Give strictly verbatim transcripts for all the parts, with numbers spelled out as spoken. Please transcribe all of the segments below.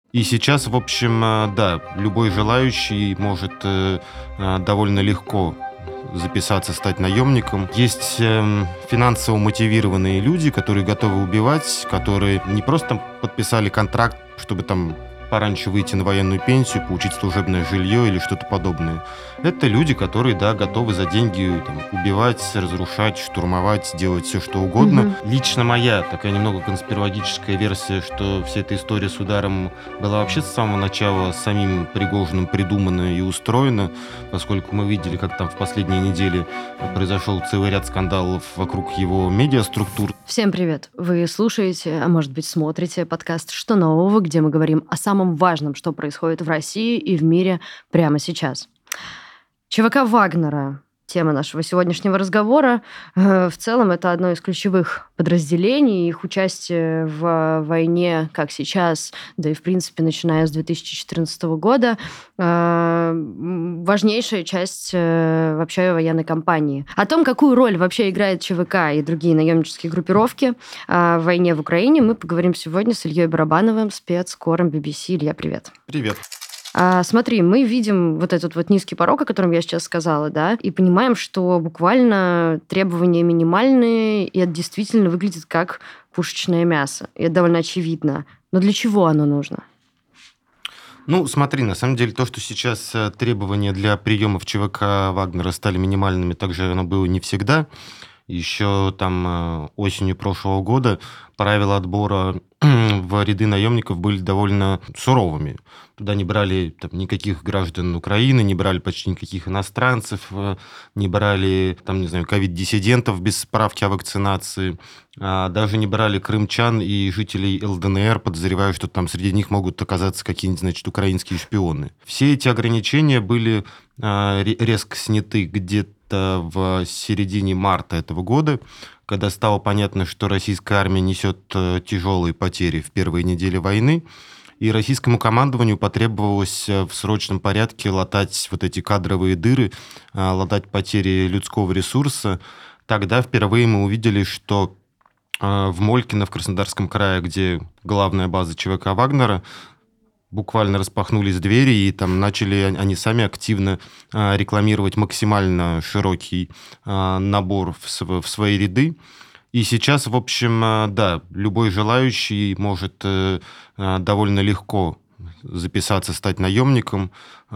И сейчас, в общем, э, да, любой желающий может э, э, довольно легко записаться, стать наемником. Есть эм, финансово мотивированные люди, которые готовы убивать, которые не просто подписали контракт, чтобы там пораньше выйти на военную пенсию, получить служебное жилье или что-то подобное. Это люди, которые, да, готовы за деньги там, убивать, разрушать, штурмовать, делать все, что угодно. Мгм. Лично моя такая немного конспирологическая версия, что вся эта история с ударом была вообще с самого начала самим Пригожиным придумана и устроена, поскольку мы видели, как там в последние недели произошел целый ряд скандалов вокруг его медиаструктур. Всем привет! Вы слушаете, а может быть смотрите подкаст «Что нового?», где мы говорим о самом важном, что происходит в России и в мире прямо сейчас. ЧВК Вагнера – тема нашего сегодняшнего разговора. Э, В целом это одно из ключевых подразделений. Их участие в войне, как сейчас, да и в принципе начиная с две тысячи четырнадцатого года, э, м, важнейшая часть э, вообще военной кампании. О том, какую роль вообще играет ЧВК и другие наемнические группировки э, в войне в Украине, мы поговорим сегодня с Ильей Барабановым, спецкором би би си. Илья, привет. Привет. А, смотри, мы видим вот этот вот низкий порог, о котором я сейчас сказала, да, и понимаем, что буквально требования минимальные, и это действительно выглядит как пушечное мясо. И это довольно очевидно. Но для чего оно нужно? Ну, смотри, на самом деле то, что сейчас э, требования для приема в ЧВК Вагнера стали минимальными, также оно было не всегда. Еще там э, осенью прошлого года правила отбора в ряды наемников были довольно суровыми. Туда не брали там, никаких граждан Украины, не брали почти никаких иностранцев, э, не брали, там, не знаю, ковид-диссидентов без справки о вакцинации, а даже не брали крымчан и жителей эл дэ эн эр, подозревая, что там среди них могут оказаться какие-нибудь, значит, украинские шпионы. Все эти ограничения были а, ре- резко сняты где-то в середине марта этого года, когда стало понятно, что российская армия несет э, тяжелые потери в первые недели войны, и российскому командованию потребовалось э, в срочном порядке латать вот эти кадровые дыры, э, латать потери людского ресурса. Тогда впервые мы увидели, что э, в Молькино, в Краснодарском крае, где главная база ЧВК Вагнера, буквально распахнулись двери, и там начали он- они сами активно а, рекламировать максимально широкий а, набор в, св- в свои ряды. И сейчас, в общем, а, да, любой желающий может э, а, довольно легко записаться, стать наемником.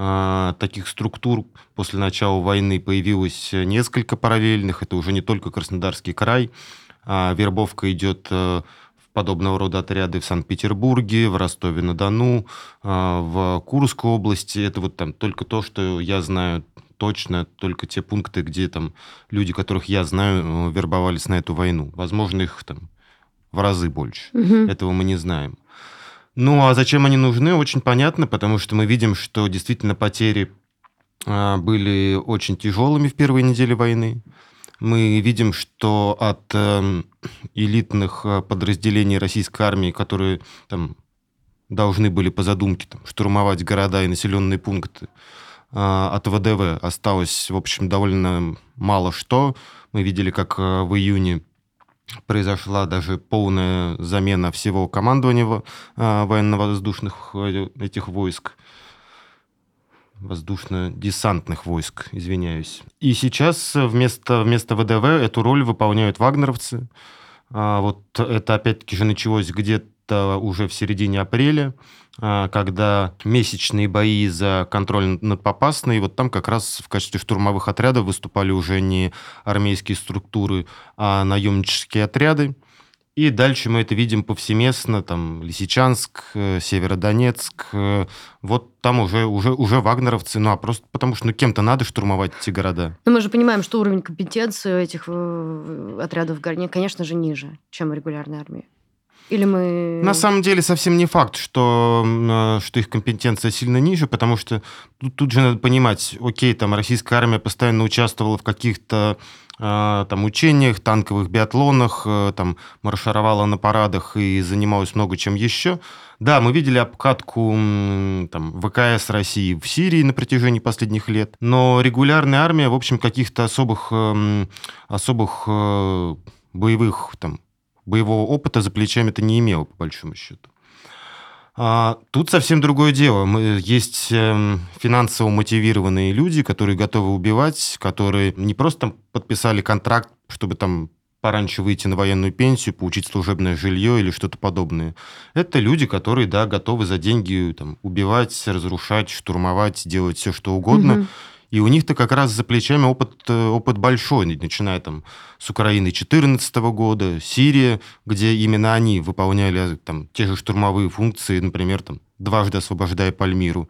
А, Таких структур после начала войны появилось несколько параллельных. Это уже не только Краснодарский край. А Вербовка идет э, в подобного рода отряды в Санкт-Петербурге, в Ростове-на-Дону, а, в Курской области. Это вот там только то, что я знаю точно, только те пункты, где там люди, которых я знаю, э, вербовались на эту войну. Возможно, их там в разы больше. Мгм. Этого мы не знаем. Ну, а зачем они нужны, очень понятно, потому что мы видим, что действительно потери а, были очень тяжелыми в первые недели войны. Мы видим, что от эм, элитных э, подразделений российской армии, которые там должны были по задумке там, штурмовать города и населенные пункты, а, от вэ дэ вэ осталось, в общем, довольно мало что. Мы видели, как э, в июне произошла даже полная замена всего командования во- а, военно-воздушных э, этих войск, воздушно-десантных войск, извиняюсь. И сейчас э, вместо, вместо вэ дэ вэ эту роль выполняют вагнеровцы. А, Вот это опять-таки же началось где-то уже в середине апреля, а, когда месячные бои за контроль над Попасной, вот там как раз в качестве штурмовых отрядов выступали уже не армейские структуры, а наемнические отряды. И дальше мы это видим повсеместно, там, Лисичанск, э, Северодонецк, э, вот там уже, уже, уже вагнеровцы, ну, а просто потому что, ну, кем-то надо штурмовать эти города. Но мы же понимаем, что уровень компетенции у этих э, отрядов в Горне, конечно же, ниже, чем у регулярной армии. Или На мы... самом деле совсем не факт, что, м, э, что их компетенция сильно ниже, потому что тут, тут же надо понимать, окей, там российская армия постоянно участвовала в каких-то а, там учениях, танковых биатлонах, э, там маршировала на парадах и занималась много чем еще. Да, мы видели обкатку м, там, вэ ка эс России в Сирии на протяжении последних лет, но регулярная армия, в общем, каких-то особых, эм, особых э, боевых там боевого опыта за плечами-то не имела, по большому счету. А, тут совсем другое дело. Мы, есть эм, финансово мотивированные люди, которые готовы убивать, которые не просто там подписали контракт, чтобы там пораньше выйти на военную пенсию, получить служебное жилье или что-то подобное. Это люди, которые, да, готовы за деньги там, убивать, разрушать, штурмовать, делать все, что угодно. Мгм. И у них-то как раз за плечами опыт, э, опыт большой, начиная там с Украины четырнадцатого года, Сирия, где именно они выполняли там те же штурмовые функции, например, там дважды освобождая Пальмиру.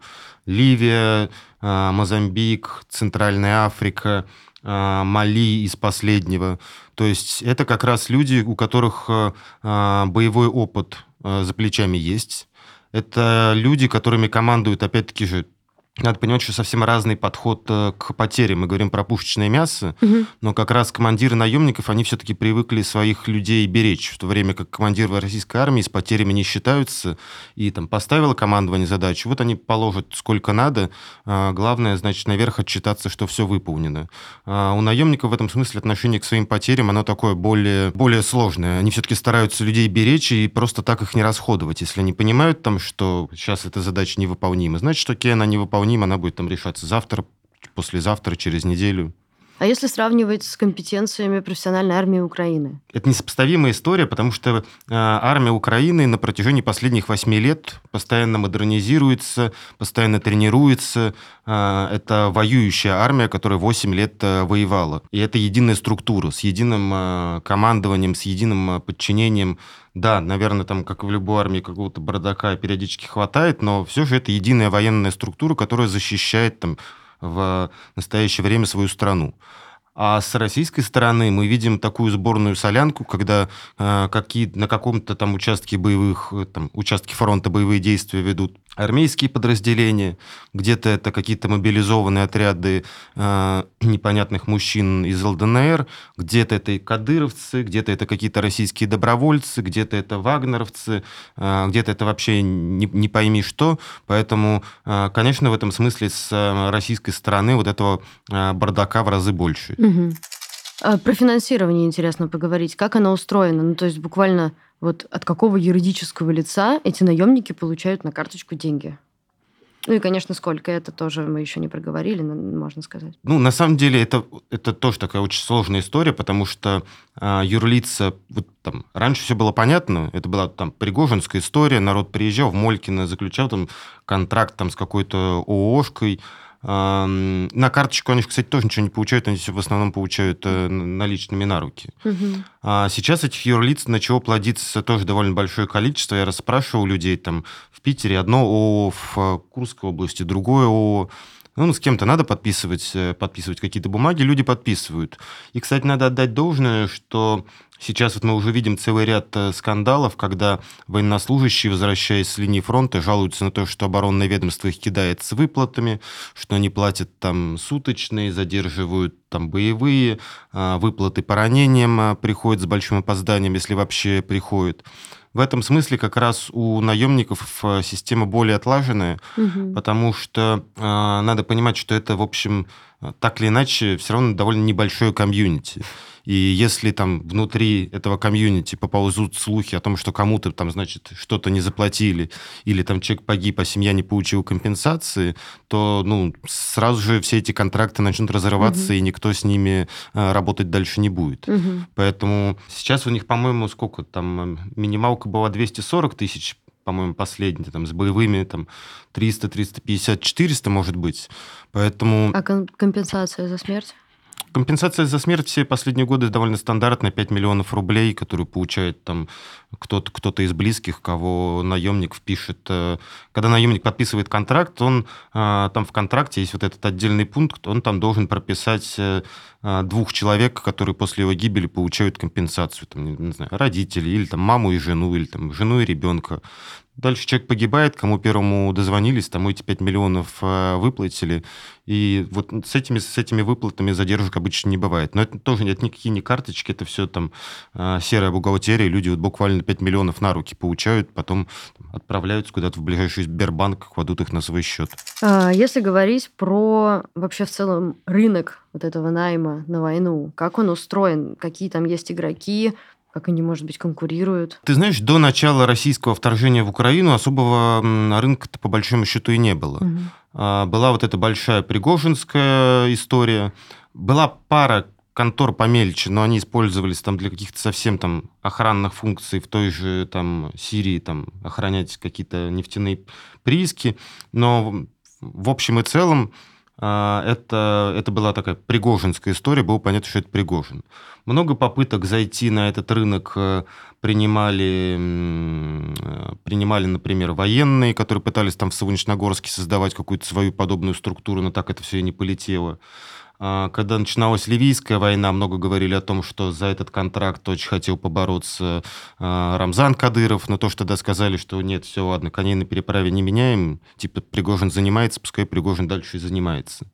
Ливия, а, Мозамбик, Центральная Африка, а, Мали из последнего. То есть это как раз люди, у которых а, а, боевой опыт а, за плечами есть. Это люди, которыми командуют, опять-таки же, надо понимать, что совсем разный подход э, к потерям. Мы говорим про пушечное мясо, Мгм. но как раз командиры наемников, они все-таки привыкли своих людей беречь, в то время как командиры российской армии с потерями не считаются, и там поставило командование задачу, вот они положат сколько надо, а, главное, значит, наверх отчитаться, что все выполнено. А у наемников в этом смысле отношение к своим потерям, оно такое более, более сложное. Они все-таки стараются людей беречь и просто так их не расходовать. Если они понимают, там, что сейчас эта задача невыполнима, значит, окей, она невыполнима, она будет там решаться завтра, послезавтра, через неделю. А если сравнивать с компетенциями профессиональной армии Украины? Это несопоставимая история, потому что э, армия Украины на протяжении последних восьми лет постоянно модернизируется, постоянно тренируется. Э, это воюющая армия, которая восемь лет э, воевала. И это единая структура с единым э, командованием, с единым э, подчинением. Да, наверное, там, как и в любой армии, какого-то бардака периодически хватает, но все же это единая военная структура, которая защищает там, в настоящее время свою страну. А с российской стороны мы видим такую сборную солянку, когда э, какие, на каком-то там участке боевых, э, там, участке фронта боевые действия ведут армейские подразделения, где-то это какие-то мобилизованные отряды э, непонятных мужчин из эл дэ эн эр, где-то это и кадыровцы, где-то это какие-то российские добровольцы, где-то это вагнеровцы, э, где-то это вообще не, не пойми что. Поэтому, э, конечно, в этом смысле с э, российской стороны вот этого э, бардака в разы больше. Мгм. А про финансирование интересно поговорить. Как оно устроено? Ну, то есть буквально вот от какого юридического лица эти наемники получают на карточку деньги? Ну и, конечно, сколько это тоже мы еще не проговорили, но можно сказать. Ну, на самом деле, это, это тоже такая очень сложная история, потому что а, юрлица, вот там, раньше все было понятно, это была там Пригожинская история, народ приезжал в Молькино, заключал там контракт там с какой-то ООшкой. А, м, на карточку они, кстати, тоже ничего не получают, они все в основном получают э, н- наличными на руки. Мгм. А сейчас этих юрлиц начало плодиться тоже довольно большое количество. Я расспрашивал у людей, там в Питере одно ООО, в э, Курской области другое ООО. Ну, с кем-то надо подписывать, э, подписывать какие-то бумаги, люди подписывают. И, кстати, надо отдать должное, что сейчас вот мы уже видим целый ряд э, скандалов, когда военнослужащие, возвращаясь с линии фронта, жалуются на то, что оборонное ведомство их кидает с выплатами, что они платят там суточные, задерживают там боевые, а, выплаты по ранениям а, приходят с большим опозданием, если вообще приходят. В этом смысле как раз у наемников а, система более отлаженная, Мгм. потому что а, надо понимать, что это, в общем, а, так или иначе, все равно довольно небольшое комьюнити. И если там внутри этого комьюнити поползут слухи о том, что кому-то там, значит, что-то не заплатили, или там человек погиб, а семья не получила компенсации, то, ну, сразу же все эти контракты начнут разрываться, Мгм. и никто с ними а, работать дальше не будет. Мгм. Поэтому сейчас у них, по-моему, сколько там, м, минималка была двести сорок тысяч, по-моему, последняя, там, с боевыми, там, триста, триста пятьдесят, четыреста, может быть. Поэтому А ком- компенсация за смерть? компенсация за смерть все последние годы довольно стандартная, пять миллионов рублей, которые получает там кто-то, кто-то из близких, кого наемник впишет. э, Когда наемник подписывает контракт, он а, там в контракте есть вот этот отдельный пункт, он там должен прописать э, а, двух человек, которые после его гибели получают компенсацию, там, не, не знаю, родители, или там маму и жену, или там жену и ребенка. Дальше человек погибает, кому первому дозвонились, тому эти пять миллионов э, выплатили. И вот с этими, с этими выплатами задержек обычно не бывает. Но это тоже нет никакие не карточки, это все там э, серая бухгалтерия. Люди вот буквально пять миллионов на руки получают, потом там, отправляются куда-то в ближайший Сбербанк, кладут их на свой счет. А, Если говорить про вообще в целом рынок вот этого найма на войну, как он устроен, какие там есть игроки, Как они, может быть, конкурируют? Ты знаешь, до начала российского вторжения в Украину особого рынка-то по большому счету и не было. Угу. Была вот эта большая пригожинская история. Была пара контор помельче, но они использовались там для каких-то совсем там охранных функций в той же там Сирии, там охранять какие-то нефтяные прииски. Но в общем и целом это, это была такая пригожинская история, было понятно, что это Пригожин. Много попыток зайти на этот рынок принимали, принимали, например, военные, которые пытались там в Солнечногорске создавать какую-то свою подобную структуру, но так это все и не полетело. Когда начиналась Ливийская война, много говорили о том, что за этот контракт очень хотел побороться Рамзан Кадыров, но то, что тогда сказали, что нет, все, ладно, коней на переправе не меняем, типа Пригожин занимается, пускай Пригожин дальше и занимается.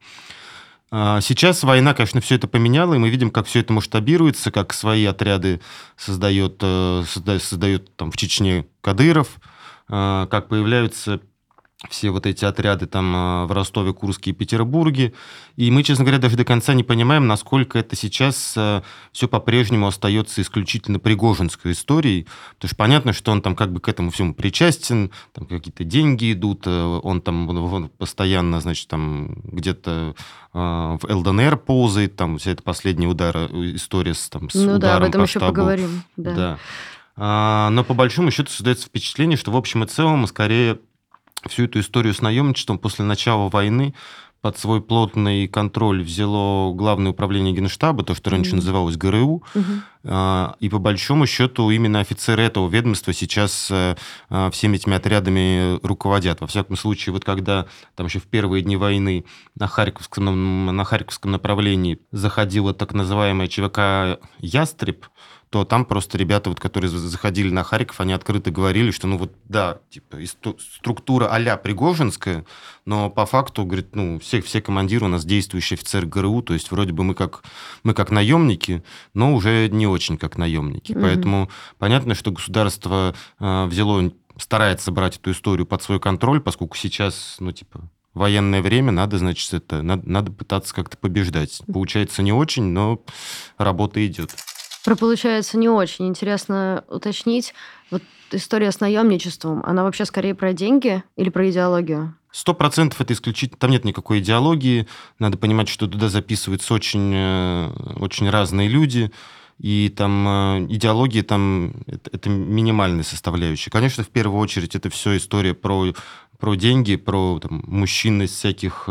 Сейчас война, конечно, все это поменяла, и мы видим, как все это масштабируется, как свои отряды создает, создает, создает там, в Чечне Кадыров, как появляются все вот эти отряды там в Ростове, Курске и Петербурге. И мы, честно говоря, даже до конца не понимаем, насколько это сейчас все по-прежнему остается исключительно пригожинской историей. Потому что понятно, что он там как бы к этому всему причастен, там какие-то деньги идут, он там он постоянно, значит, там где-то в эл дэ эн эр ползает, там вся эта последняя удара, история с, там, с ну ударом да, об этом по еще штабу. поговорим. Да. Да. А, но по большому счету создается впечатление, что в общем и целом скорее всю эту историю с наемничеством после начала войны под свой плотный контроль взяло Главное управление Генштаба, то, что раньше mm-hmm. называлось гэ эр у. Mm-hmm. И по большому счету именно офицеры этого ведомства сейчас всеми этими отрядами руководят. Во всяком случае, вот когда там еще в первые дни войны на Харьковском, на Харьковском направлении заходила так называемая ЧВК «Ястреб», то там просто ребята, вот, которые заходили на Харьков, они открыто говорили, что, ну вот, да, типа, структура а-ля пригожинская, но по факту, говорит, ну, все, все командиры у нас действующие офицеры гэ эр у, то есть вроде бы мы как, мы как наемники, но уже не очень как наемники. Mm-hmm. Поэтому понятно, что государство э, взяло, старается брать эту историю под свой контроль, поскольку сейчас, ну, типа, военное время, надо, значит, это, надо, надо пытаться как-то побеждать. Получается не очень, но работа идет. Про «получается не очень» интересно уточнить. Вот история с наемничеством, она вообще скорее про деньги или про идеологию? Сто процентов это исключительно... Там нет никакой идеологии. Надо понимать, что туда записываются очень, очень разные люди. И там идеология там это, это минимальная составляющая. Конечно, в первую очередь это все история про, про деньги, про там, мужчин из всяких...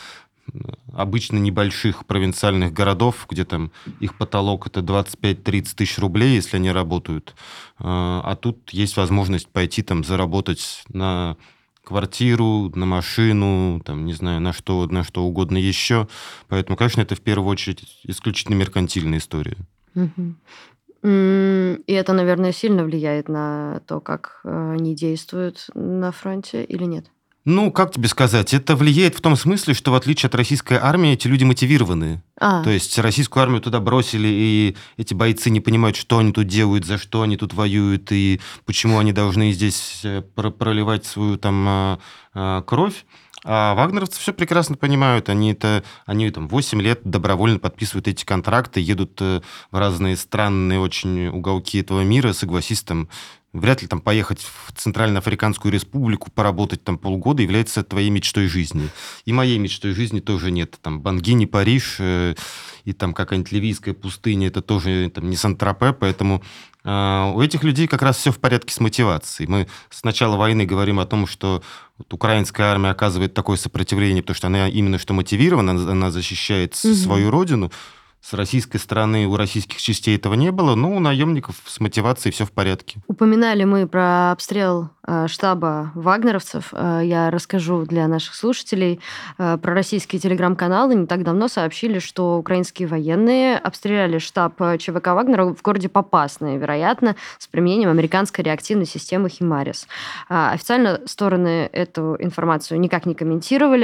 обычно небольших провинциальных городов, где там их потолок это двадцать пять - тридцать тысяч рублей, если они работают. А тут есть возможность пойти там заработать на квартиру, на машину, там, не знаю, на что, на что угодно еще. Поэтому, конечно, это в первую очередь исключительно меркантильная история. Угу. И это, наверное, сильно влияет на то, как они действуют на фронте или нет? Ну, как тебе сказать, это влияет в том смысле, что в отличие от российской армии, эти люди мотивированы. А. То есть российскую армию туда бросили, и эти бойцы не понимают, что они тут делают, за что они тут воюют, и почему они должны здесь проливать свою там кровь. А вагнеровцы все прекрасно понимают. Они, это, они там восемь лет добровольно подписывают эти контракты, едут в разные странные очень уголки этого мира, согласись, там, вряд ли там поехать в Центральноафриканскую республику, поработать там полгода является твоей мечтой жизни. И моей мечтой жизни тоже нет. Там Бангини, Париж э, и там какая-нибудь Ливийская пустыня, это тоже там, не Сан-Тропе, поэтому э, у этих людей как раз все в порядке с мотивацией. Мы с начала войны говорим о том, что вот украинская армия оказывает такое сопротивление, потому что она именно что мотивирована, она защищает угу. свою родину. С российской стороны у российских частей этого не было, но у наемников с мотивацией все в порядке. Упоминали мы про обстрел штаба вагнеровцев. Я расскажу для наших слушателей. Про российские телеграм-каналы не так давно сообщили, что украинские военные обстреляли штаб ЧВК Вагнера в городе Попасное, вероятно, с применением американской реактивной системы «Химарис». Официально стороны эту информацию никак не комментировали.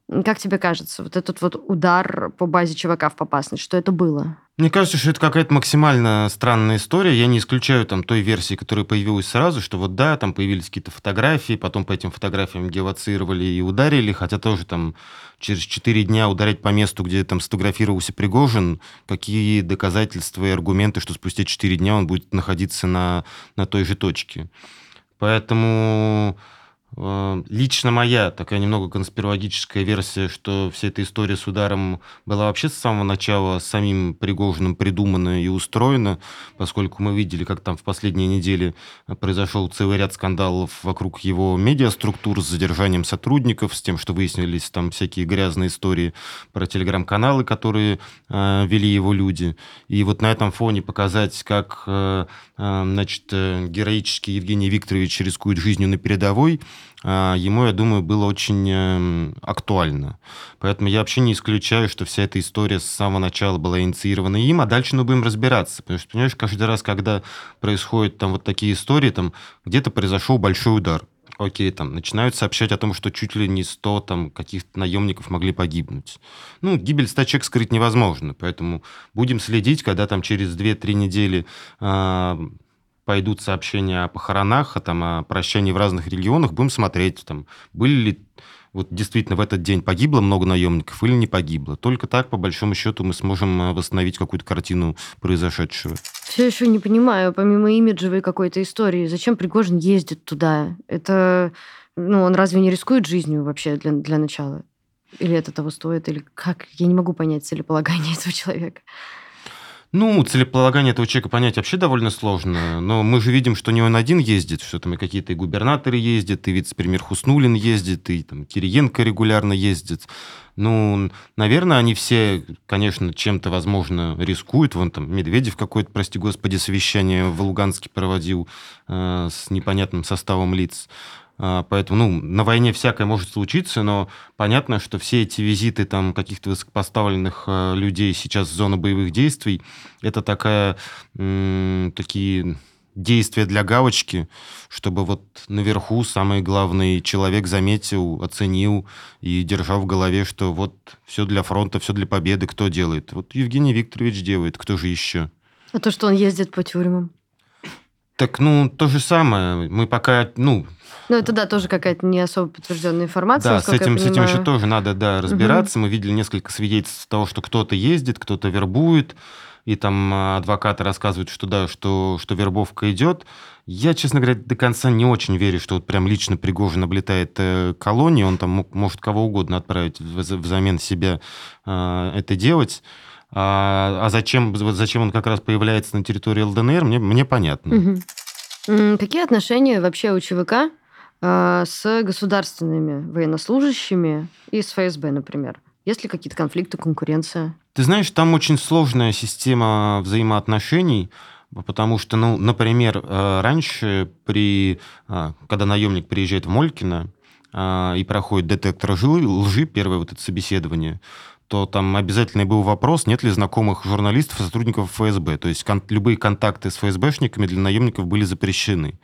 Как тебе кажется, вот этот вот удар по базе ЧВК в Попасной, что это было? Мне кажется, что это какая-то максимально странная история. Я не исключаю там той версии, которая появилась сразу, что вот да, там появились какие-то фотографии, потом по этим фотографиям геолоцировали и ударили, хотя тоже там через четыре дня ударять по месту, где там сфотографировался Пригожин, какие доказательства и аргументы, что спустя четыре дня он будет находиться на, на той же точке. Поэтому э, лично моя такая немного конспирологическая версия, что вся эта история с ударом была вообще с самого начала самим Пригожиным придумана и устроена, поскольку мы видели, как там в последние недели произошел целый ряд скандалов вокруг его медиаструктур с задержанием сотрудников, с тем, что выяснились там всякие грязные истории про телеграм-каналы, которые э, вели его люди. И вот на этом фоне показать, как э, э, значит, э, героически Евгений Викторович рискует жизнью на передовой, э, ему, я думаю, было очень э, актуально. Поэтому я вообще не исключаю, что вся эта история с самого начала была инициирована им, а дальше мы будем разбираться. Потому что, понимаешь, каждый раз, когда происходят там вот такие истории, там где-то произошел большой удар. Окей, там начинают сообщать о том, что чуть ли не сто там, каких-то наемников могли погибнуть. Ну, гибель ста человек скрыть невозможно, поэтому будем следить, когда там через две-три недели э, пойдут сообщения о похоронах, а, там, о прощании в разных регионах, будем смотреть, там, были ли вот действительно в этот день погибло много наемников или не погибло. Только так, по большому счету, мы сможем восстановить какую-то картину произошедшего. Все еще не понимаю, помимо имиджевой какой-то истории, зачем Пригожин ездит туда? Это, ну, он разве не рискует жизнью вообще для, для начала? Или это того стоит? Или как? Я не могу понять целеполагание этого человека. Ну, целеполагание этого человека понять вообще довольно сложно, но мы же видим, что не он один ездит, что там и какие-то и губернаторы ездят, и вице-премьер Хуснуллин ездит, и там Кириенко регулярно ездит. Ну, наверное, они все, конечно, чем-то, возможно, рискуют. Вон там Медведев какое-то, прости господи, совещание в Луганске проводил э, с непонятным составом лиц. Поэтому, ну, на войне всякое может случиться, но понятно, что все эти визиты там каких-то высокопоставленных э, людей сейчас в зону боевых действий, это такая, м- такие действия для галочки, чтобы вот наверху самый главный человек заметил, оценил и держал в голове, что вот все для фронта, все для победы, кто делает? Вот Евгений Викторович делает, кто же еще? А то, что он ездит по тюрьмам? Так, ну, то же самое. Мы пока, ну... Ну, это, да, тоже какая-то не особо подтвержденная информация, Да, с этим, с этим еще тоже надо, да, разбираться. Угу. Мы видели несколько свидетельств того, что кто-то ездит, кто-то вербует, и там адвокаты рассказывают, что да, что, что вербовка идет. Я, честно говоря, до конца не очень верю, что вот прям лично Пригожин облетает э, колонии, он там мог, может кого угодно отправить взамен себя э, это делать. А, а зачем, зачем он как раз появляется на территории ЛДНР, мне, мне понятно. Угу. Какие отношения вообще у ЧВК э, с государственными военнослужащими и с ФСБ, например? Есть ли какие-то конфликты, конкуренция? Ты знаешь, там очень сложная система взаимоотношений, потому что, ну, например, раньше, при, когда наемник приезжает в Молькино и проходит детектор лжи, первое вот это собеседование, то там обязательно был вопрос, нет ли знакомых журналистов и сотрудников ФСБ. То есть кон- любые контакты с ФСБшниками для наемников были запрещены.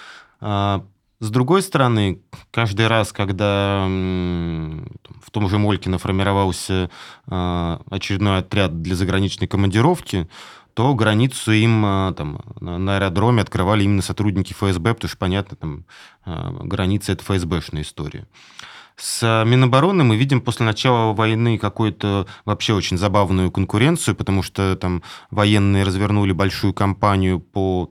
А, с другой стороны, каждый раз, когда м, в том же Молькино формировался а, очередной отряд для заграничной командировки, то границу им а, там, на, на аэродроме открывали именно сотрудники ФСБ, потому что, понятно, там а, граница – это ФСБшная история. С Минобороны мы видим после начала войны какую-то вообще очень забавную конкуренцию, потому что там военные развернули большую кампанию по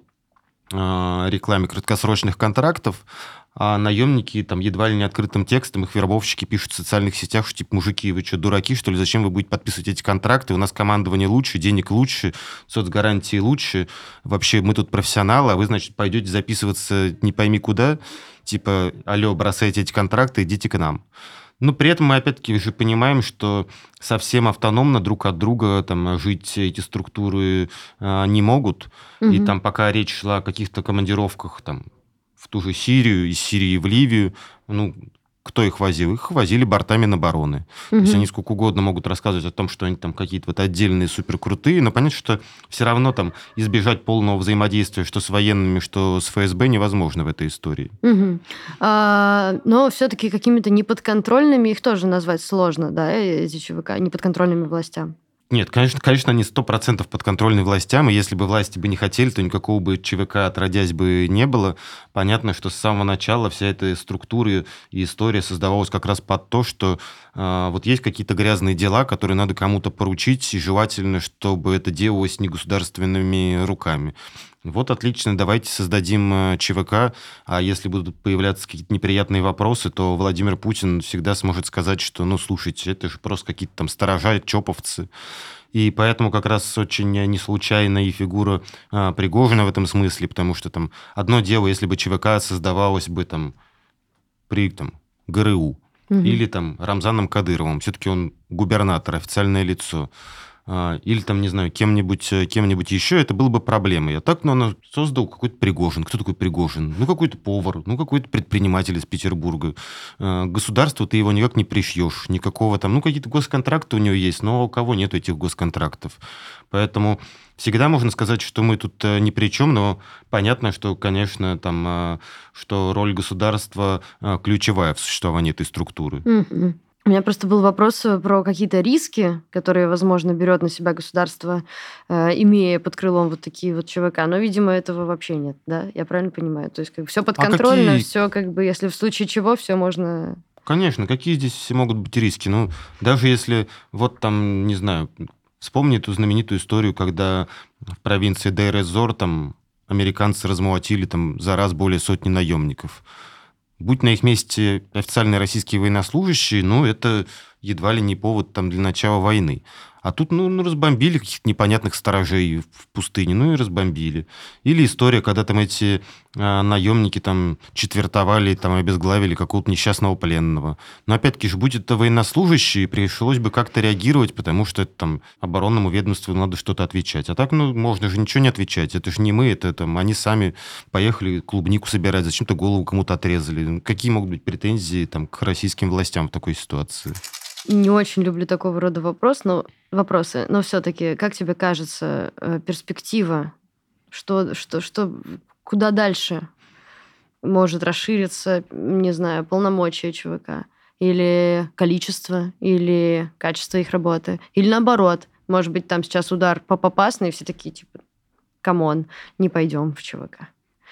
э, рекламе краткосрочных контрактов, а наемники там едва ли не открытым текстом, их вербовщики пишут в социальных сетях, что типа, мужики, вы что, дураки, что ли? Зачем вы будете подписывать эти контракты? У нас командование лучше, денег лучше, соцгарантии лучше. Вообще мы тут профессионалы, а вы, значит, пойдете записываться не пойми куда. Типа, алло, бросайте эти контракты, идите к нам. Но при этом мы опять-таки же понимаем, что совсем автономно друг от друга там, жить эти структуры а, не могут. Угу. И там пока речь шла о каких-то командировках там, в ту же Сирию, из Сирии в Ливию, ну, Кто их возил? Их возили бортами Минобороны. То есть они сколько угодно могут рассказывать о том, что они там какие-то вот отдельные суперкрутые, но понятно, что все равно там избежать полного взаимодействия что с военными, что с ФСБ невозможно в этой истории. Мгм. А, но все-таки какими-то неподконтрольными их тоже назвать сложно, да, эти ЧВК, неподконтрольными властям. Нет, конечно, конечно, они сто процентов подконтрольны властям, и если бы власти бы не хотели, то никакого бы ЧВК отродясь бы не было. Понятно, что с самого начала вся эта структура и история создавалась как раз под то, что э, вот есть какие-то грязные дела, которые надо кому-то поручить, и желательно, чтобы это делалось не государственными руками. Вот отлично, давайте создадим э, ЧВК, а если будут появляться какие-то неприятные вопросы, то Владимир Путин всегда сможет сказать, что, ну, слушайте, это же просто какие-то там сторожа, чоповцы. И поэтому как раз очень не случайна и фигура а, Пригожина в этом смысле, потому что там одно дело, если бы ЧВК создавалось бы там при там, ГРУ Мгм. или там Рамзаном Кадыровым, все-таки он губернатор, официальное лицо, а, или там, не знаю, кем-нибудь, э, кем-нибудь еще, это было бы проблемой. А так, ну, она создал какой-то Пригожин. Кто такой Пригожин? Ну, какой-то повар, ну, какой-то предприниматель из Петербурга. Э, Государству ты его никак не пришьешь, никакого там, ну, какие-то госконтракты у него есть, но у кого нет этих госконтрактов. Поэтому всегда можно сказать, что мы тут э, ни при чем, но понятно, что, конечно, там, э, что роль государства э, ключевая в существовании этой структуры. Мгм. У меня просто был вопрос э, про какие-то риски, которые, возможно, берет на себя государство, э, имея под крылом вот такие вот ЧВК. Но, видимо, этого вообще нет, да? Я правильно понимаю? То есть как все А подконтрольно, какие все как бы, если в случае чего, все можно... Конечно, какие здесь могут быть риски? Ну, даже если вот там, не знаю, вспомни эту знаменитую историю, когда в провинции Дейр-эз-Зор там американцы размолотили там за раз более сотни наемников. Будь на их месте официальные российские военнослужащие, ну, это едва ли не повод там для начала войны. А тут, ну, ну, разбомбили каких-то непонятных сторожей в пустыне, ну и разбомбили. Или история, когда там эти а, наемники там четвертовали, там обезглавили какого-то несчастного пленного. Но опять-таки же, будь это военнослужащие, пришлось бы как-то реагировать, потому что это там оборонному ведомству надо что-то отвечать. А так, ну, можно же ничего не отвечать. Это же не мы, это там они сами поехали клубнику собирать, зачем-то голову кому-то отрезали. Какие могут быть претензии там к российским властям в такой ситуации? Не очень люблю такого рода вопрос, но, вопросы, но все-таки, как тебе кажется, э, перспектива, что, что, что, куда дальше может расшириться, не знаю, полномочия ЧВК, или количество, или качество их работы, или наоборот, может быть, там сейчас удар по попасный, и все такие, типа, камон, не пойдем в ЧВК.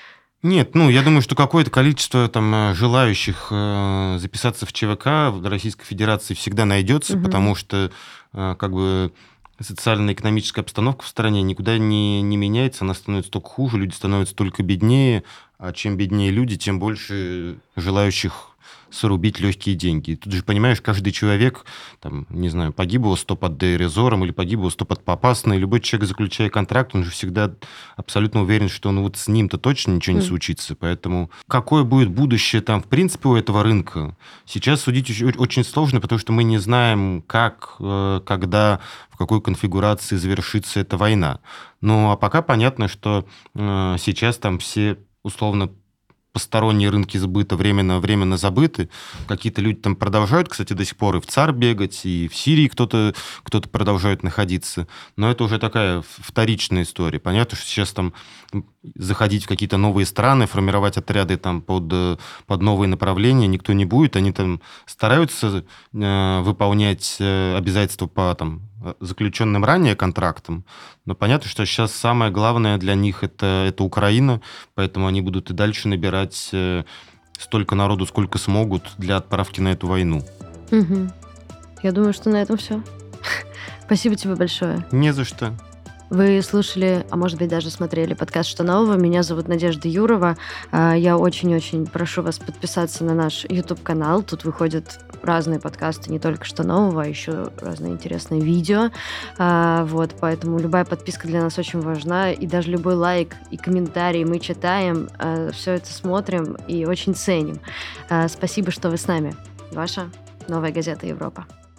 Нет, ну, я думаю, что какое-то количество там э, желающих э, записаться в ЧВК в Российской Федерации всегда найдется, Мгм. потому что э, как бы социально-экономическая обстановка в стране никуда не, не меняется, она становится только хуже, люди становятся только беднее, а чем беднее люди, тем больше желающих срубить легкие деньги. И тут же, понимаешь, каждый человек, там, не знаю, погиб его сто под Дейр-эз-Зором или погиб его сто под Попасной, любой человек, заключая контракт, он же всегда абсолютно уверен, что ну вот с ним-то точно ничего не М. случится. Поэтому какое будет будущее там, в принципе, у этого рынка, сейчас судить оч- очень сложно, потому что мы не знаем, как, э, когда, в какой конфигурации завершится эта война. Ну, а пока понятно, что э, сейчас там все условно посторонние рынки сбыта временно, временно забыты. Какие-то люди там продолжают, кстати, до сих пор и в ЦАР бегать, и в Сирии кто-то кто продолжает находиться. Но это уже такая вторичная история. Понятно, что сейчас там заходить в какие-то новые страны, формировать отряды там под, э, под новые направления никто не будет. Они там стараются э, выполнять э, обязательства по там, заключенным ранее контрактам. Но понятно, что сейчас самое главное для них это, это Украина, поэтому они будут и дальше набирать э, столько народу, сколько смогут для отправки на эту войну. Мгм. Я думаю, что на этом все. Спасибо тебе большое. Не за что. Вы слушали, а может быть даже смотрели подкаст «Что нового?». Меня зовут Надежда Юрова. А, Я очень-очень прошу вас подписаться на наш YouTube-канал. Тут выходят разные подкасты, не только «Что нового?», а еще разные интересные видео. А, Вот, поэтому любая подписка для нас очень важна. И даже любой лайк и комментарий мы читаем, все это смотрим и очень ценим. А, Спасибо, что вы с нами. Ваша «Новая газета Европа».